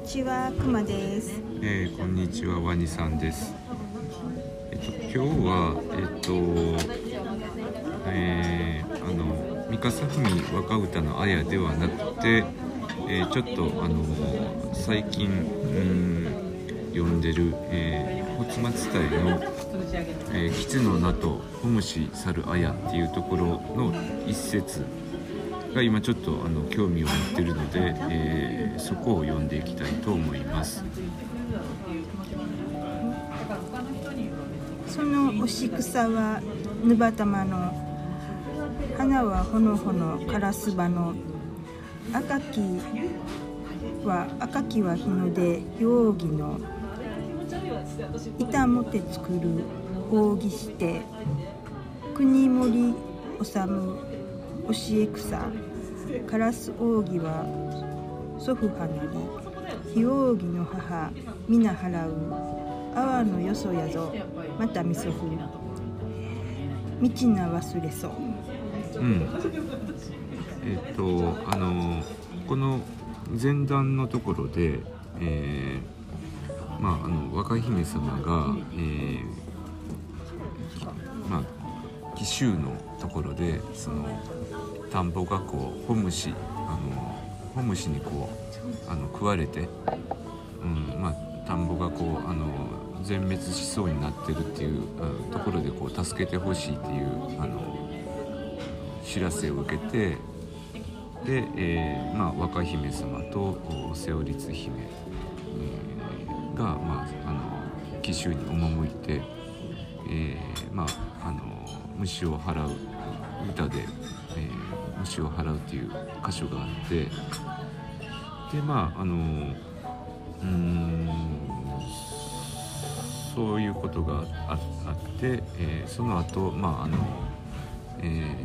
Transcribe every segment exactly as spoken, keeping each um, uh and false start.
ちは、くまです。 えー、こんにちは、ワニさんです。えっと今日はえっとえー、あの三笠文若歌のあやではなくて、えー、ちょっとあの最近うん読んでる、えー、穂松伝の、えー、吉の名とほむし猿あやっていうところの一節が今ちょっとあの興味を持っているので、えー、そこを読んでいきたいと思います。 その干し草はぬばたまの、花はほのほの烏葉の、赤きは赤きは日の出容疑の、板もて作る扇して国森治む教え草、カラス扇は祖父離り、非扇の母皆払う、阿波のよそやぞまたみそふ、道な忘れそう。 うんえっ、とあのこの前段のところで、えー、まああの若姫様が、えー、まあ紀州のところでその田んぼがこうホムシあのホムシにこうあの食われて、うんまあ、田んぼがこうあの全滅しそうになってるっていうところでこう助けてほしいっていうあの知らせを受けて、で、えーまあ、若姫様と瀬尾律姫、えー、が、まあ、あの紀州に赴いて、えーまあ、あの虫を払う歌で、えー、虫を払うっていう箇所があって、でまああのうーんそういうことが あ, あって、えー、その後まああの、え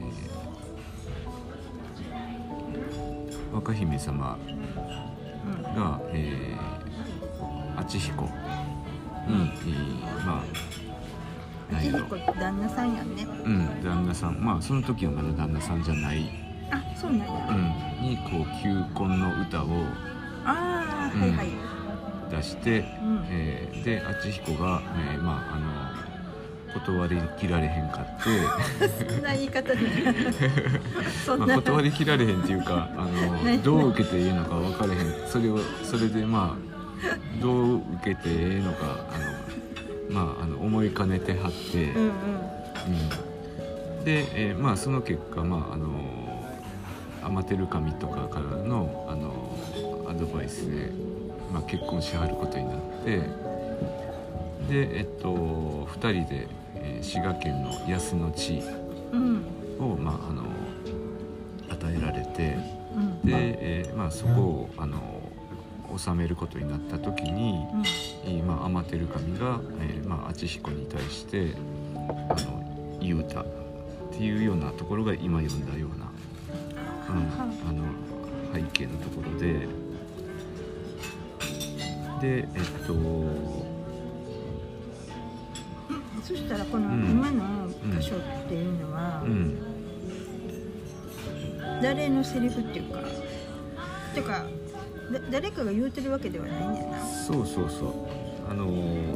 ー、若姫様が、えー、敦彦に、えー、まあ敦彦って旦那さんやんね。 うん旦那さん、まあその時はまだ旦那さんじゃない、 あ、そうなんや。 うん、にこう求婚の歌をああ、 うんはいはい。 出して、 うんえー、で敦彦が、えー、まああの断り切られへんかってそんな言い方でそんな、 まあ、断り切られへんっていうかあのどう受けていいのか分からへん、それをそれでまあどう受けていいのかあの、まあ、あの思いかねてはって、 うんうん、 うん、で、えー、まあその結果まああの天照神とかからのあのアドバイスで、まあ、結婚しはることになって、でえっとふたりで、えー、滋賀県の安の地を、うんまあ、あの与えられて、うん、で、えーまあ、そこをあの治めることになった時に、うんまあ、天照神が、えーまあ、敦彦に対してあの言うたっていうようなところが今読んだような、うん、あの背景のところで、でえっとそしたらこの今の箇所っていうのは、うんうん、誰のセリフっていうかてかだ誰かが言うてるわけではないんだよな。 そうそうそうあのー、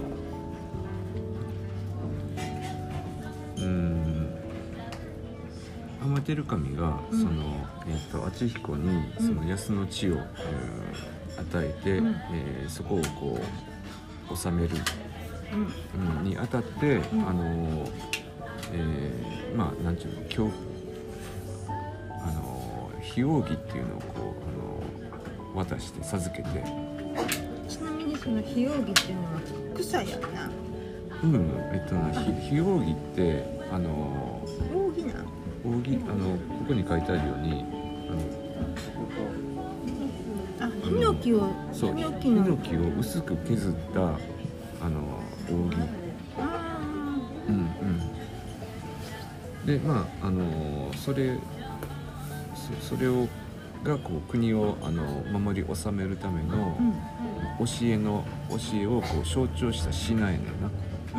うん天照神がその、うんえー、と敦彦にその安の地を、うん、与えて、うんえー、そこをこう治めるうん、にあたって、うん、あのえー、まあなんていうの今日あの非扇っていうのをこうあの渡して授けて、 ちなみにその非扇っていうのは草やんな。 うんえっとな非扇ってあの扇な扇あのここに書いてあるようにあのあヒノキをそうヒノキのヒノキを薄く削ったあの扇、うんうんでまああのそれ そ, それをがこう国をあの守り治めるための教えの教えをこう象徴した品やねんな、うん、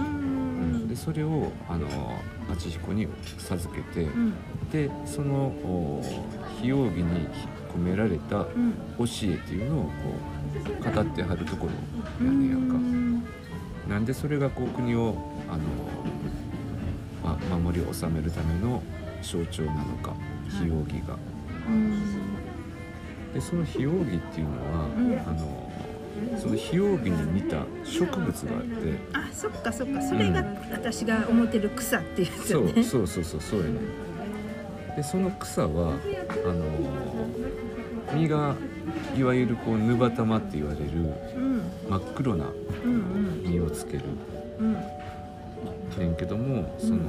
でそれをあの敦彦に授けて、うん、でその非扇に込められた教えっていうのをこ語ってはるところやねんやんか。なんでそれがこう国をあの、ま、守り治めるための象徴なのか、非容儀が。でその非容儀っていうのは、うん、あのその非容儀に似た植物があって、 あ、そっかそっか、それが私が思ってる草っていうやつよね。 そうそうそうそうそうやね。でその草はあの実がいわゆるこうヌバタマって言われる、うん、真っ黒な実をつける、うんうん、ねんけども、その、うん、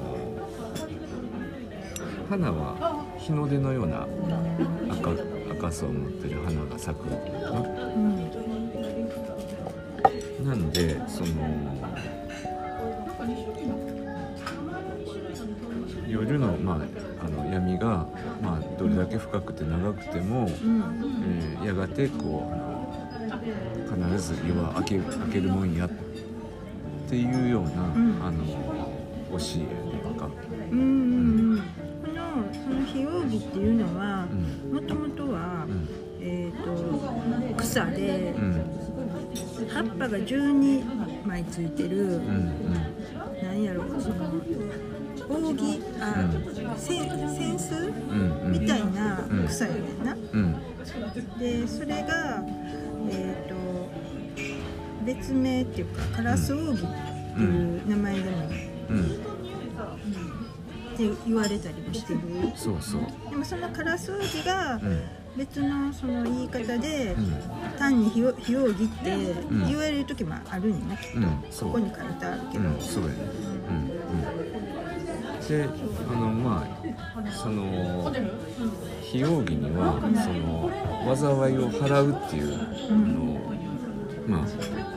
花は日の出のような赤、赤さを持ってる花が咲くの、うん、なんでその夜の、まあ、あの闇が、まあ、どれだけ深くて長くても、うんえー、やがてこうあの必ず夜は明ける、明けるもんやっていうような、うん、あの教えやねんか。 うんうんうん、このその非容儀っていうのはもともとは、うん、えーと、草で、うん、葉っぱがじゅうにまいついてる、うんうん、何やろう、その扇、あ、うん、センス、うんうん、みたいな草やねんな、うん、でそれが、えーと、別名っていうかカラス扇っていう名前でも、うんうん、って言われたりもしてる。 そうそう。 でもそのカラス扇が別のその言い方で、うん、単に非容儀って言われる時もあるんやな、きっと、うん、ここに書いてあるけど、うん、そうやね、うんうんで、あのまあその非容儀にはその災いを払うっていうの、うん、まあ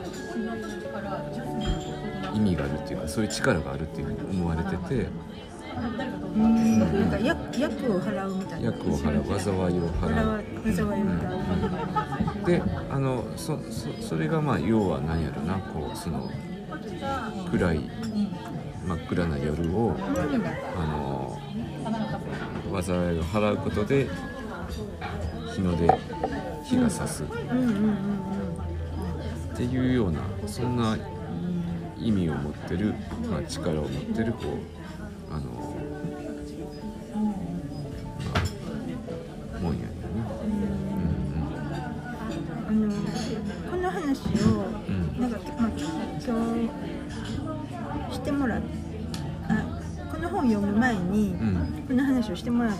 意味があるっていうか、そういう力があるっていうふうに思われてて、 うん、なんか厄を払うみたいな。 厄を払う、災いを払う。 災いを払う。 うん、で、あの そ, そ, それがまあ要は何やろな、こうその暗い真っ暗な夜を、あの災いを払うことで日の出日が差すっていうような、そんな意味を持ってる、まあ、力を持ってるこうあの、まあ、もんやねんな。うんうん、あのこの話を、うん、なんか、まあ、今日してもらって、あ、この本を読む前に、うん、この話をしてもらって、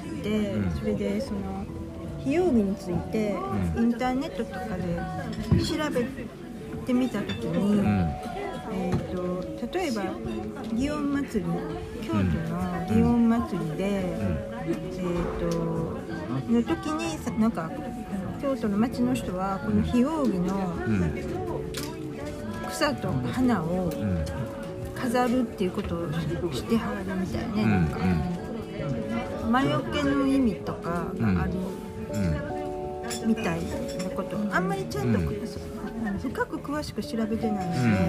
うん、それでその非容儀について、うん、インターネットとかで調べてみたときに、うん、えーと、例えば祇園祭り、京都の祇園祭りで、うん、えーとの時になんか京都の町の人はこの非容儀の草と花を飾るっていうことをしてはるみたいね、なんか魔除けの意味とかがあるみたいなこと、あんまりちゃんと、うん、深く詳しく調べてないので、うんうん、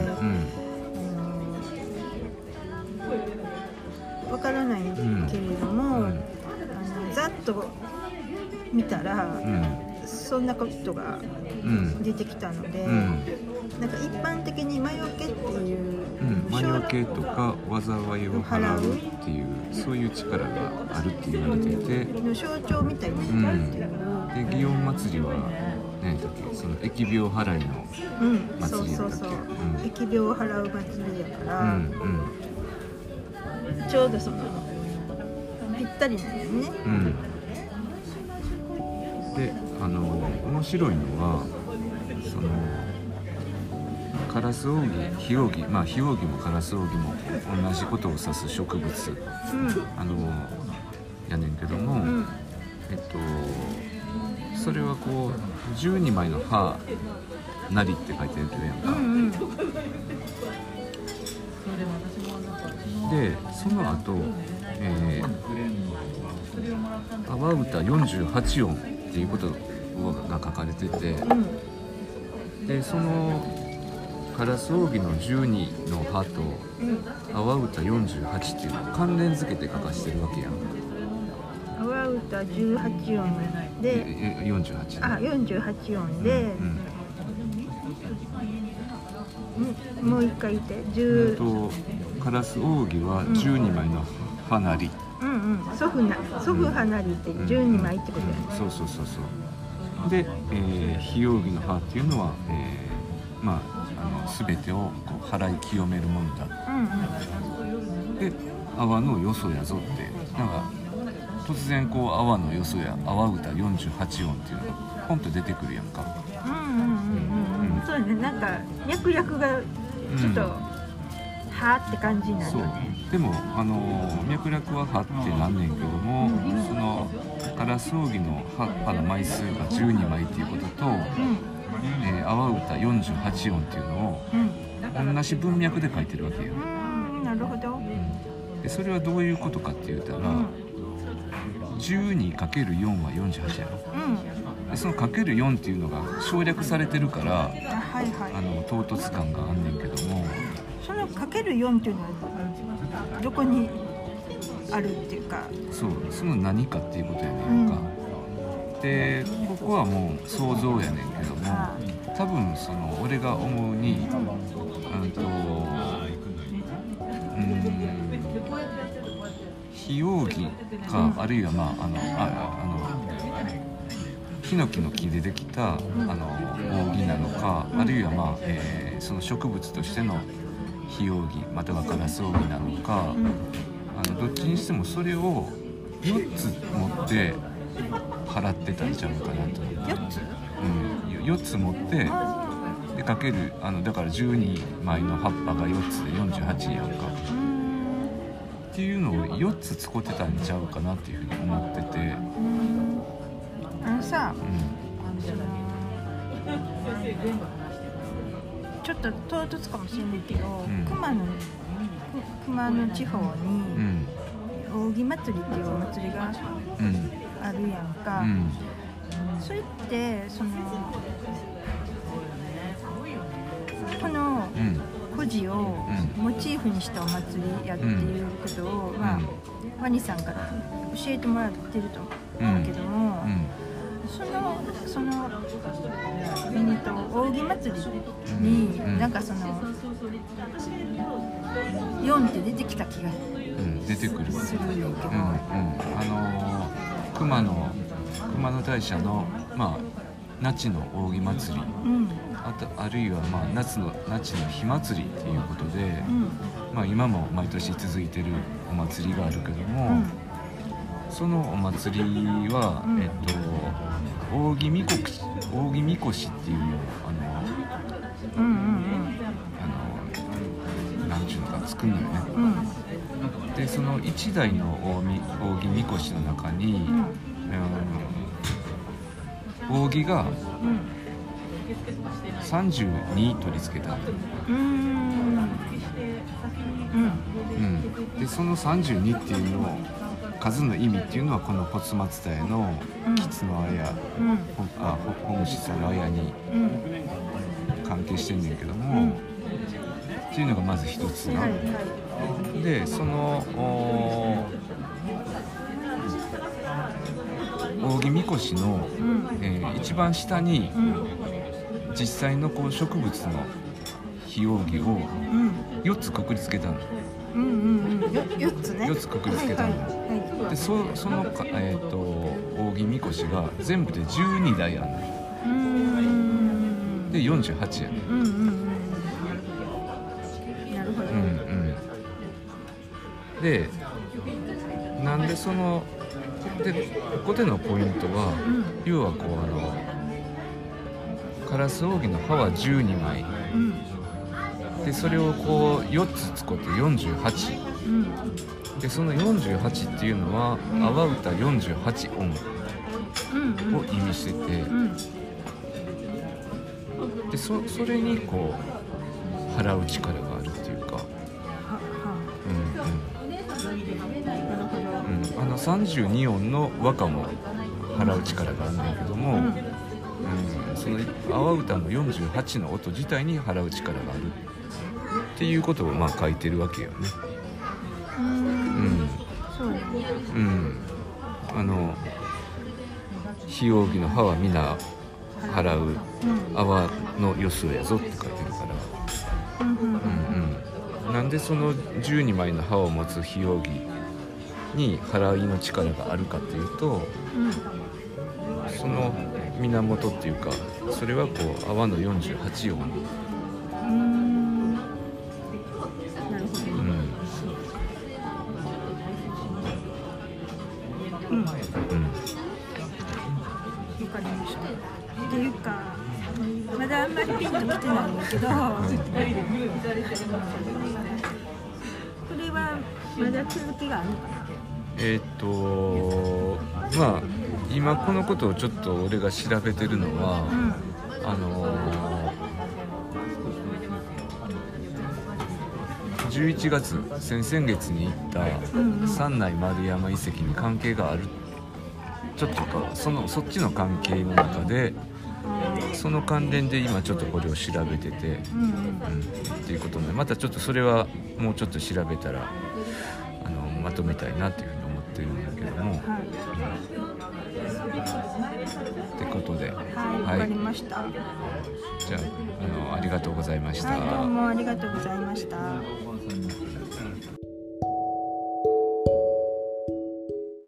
あのわからないけれども、うん、あのざっと見たら、うん、そんなことが出てきたので、うん、なんか一般的に魔除けっていう、 うん、魔除けとか災いを払うっていうそういう力があるって言われていて、 の象徴みたいになってるっていう、 うん、で祇園祭りは何だっけ、その疫病払いの祭りだったっけ、うん、そうそうそう、うん、 疫病を払う祭りだから、うんうん、ちょうどそのぴったりなんよね、うん、 で、あの面白いのはそのカラス扇、非容儀、まあ非容儀もカラス扇も同じことを指す植物、うん、あのやねんけども、うん、えっとそれはこうじゅうにまいの葉なりって書いてるやんか、うんうん、でその後、えー、阿波歌よんじゅうはち音っていうことが書かれてて、うん、でそのカラス扇のじゅうにの葉と阿波歌よんじゅうはちっていうのを関連付けて書かしてるわけやん。 阿波歌じゅうはち音でよんじゅうはち、 あ、よんじゅうはち音で、うんうん、 もう一回言ってえ十っと烏扇はじゅうにまいの花り、 うんうん祖父な祖父花りってじゅうにまいってことやね、 そうそうそうそうで、えー、非扇の葉っていうのは、えー、まああの全てをこう払い清めるものだ、 うんうん、 で阿波のよそやぞってなんか突然こう阿波のよそや阿波歌よんじゅうはちおんっていうのがポンと出てくるやんか。 うんうんうんうんうん、そうね、なんか脈略がちょっと、うん、はーって感じになるよね。 でもあの脈略ははってなんねんけども、うん、その烏扇の葉の枚数がじゅうにまいっていうことと、うんえー、阿波歌よんじゅうはちおんっていうのを、うん、同じ文脈で書いてるわけよ。 うん、なるほど。 でそれはどういうことかって言ったら、うん、じゅうにかけるよん はよんじゅうはちやろ、うん、でそのかけるよんっていうのが省略されてるから、はいはい、あの唐突感があんねんけども、 そのかけるよんっていうのはどこにあるっていうか、 そうその何かっていうことやねんか、うん、でここはもう想像やねんけども、多分その俺が思うに、うんと非扇か、あるいはまああのああのヒノキの木でできたあの扇なのか、あるいはまあ、えー、その植物としての非扇または烏扇なのか、あのどっちにしてもそれをよっつ持って払ってたんちゃうかなと思って。 よっつ？ うん、よっつ持ってでかけるあのだからじゅうにまいの葉っぱがよっつでよんじゅうはちやんか。っていうのをよっつ使ってたんちゃうかなっていうふうに思ってて、 あのさ、うん、ちょっと唐突かもしれないけど、うん、熊野熊野地方に、うん、扇祭りっていうお祭りがあるやんか、うん、それってそのこの、うん故事をモチーフにしたお祭りやっていうことを、うんまあ、ワニさんから教えてもらってると思うけども、うんうん、そのそのうんと扇祭りに、うん、なんかそのよんって出てきた気がうん、出てくるするんだけど、うんうん、 あのー、熊野熊野大社のまあ那智の扇祭り、うんあ, とあるいはまあ夏の那智の火祭りっていうことで、うんまあ、今も毎年続いてるお祭りがあるけども、うん、そのお祭りは、うん、えっと扇みこし扇みこしっていうのをあの、うんうんうん、あのなんちゅうのか作るのよね、うん、でそのいちだいの扇みこしの中に、うんうん、扇が、うんさんじゅうに取り付けた。うーん、うんうん、でそのさんじゅうにっていうのを数の意味っていうのはこのポツマツタヤのキツのあや、うん、あホムシサのあやに関係してんねんけども、うん、っていうのがまず一つな、はいはい、でその扇みこしの、うんえー、一番下に、うん実際のこう植物の非扇をよっつくくりつけたの、 うんうんうん、よっつねよっつくくりつけたの、はいはいはい、で そ, その、えー、と扇みこしが全部でじゅうにだいあるの、うーんでよんじゅうはちやね、うんうんうん、 なるほど、うんうん、 でなんでそのでここでのポイントは、うん、要はこうあの烏扇の葉はじゅうにまい、うん、でそれをこうよっつ使ってよんじゅうはち、うん、でそのよんじゅうはちっていうのは、うん、阿波歌よんじゅうはちおんを意味してて、うんうん、で そ, それにこう払う力があるっていうか、うんうんうん、あのさんじゅうにおんの和歌も払う力があるんだけども、うんうん、その阿波歌のよんじゅうはちの音自体に払う力があるっていうことをまあ書いてるわけよね。うーん、うん、そうね。うん、あの非扇の葉は皆払う阿波のよそやぞって書いてるから。 うんうんうんうん、なんでそのじゅうにまいの刃を持つ非扇に払いの力があるかっていうと、その源っていうか、それはこう阿波のよんじゅうはち音。 うん、なるほど。 うんうん、 うん、 わかりました。っていうか、まだあんまりピンときてないんだけど、これはまだ続きがあるのかな。 えーっとまあ今このことをちょっと俺が調べてるのは、 うん、 あのー、じゅういちがつ先々月に行った三内丸山遺跡に関係がある、ちょっとそのそっちの関係の中で、その関連で今ちょっとこれを調べてて、 うんうんうん、っていうことで、またちょっとそれはもうちょっと調べたらあのまとめたいなっていうふうに思ってるんだけども、 はい、 ってことで、 はい、 はい、 わかりました。はじゃあ、あのありがとうございました。 い、どうもありがとうございました。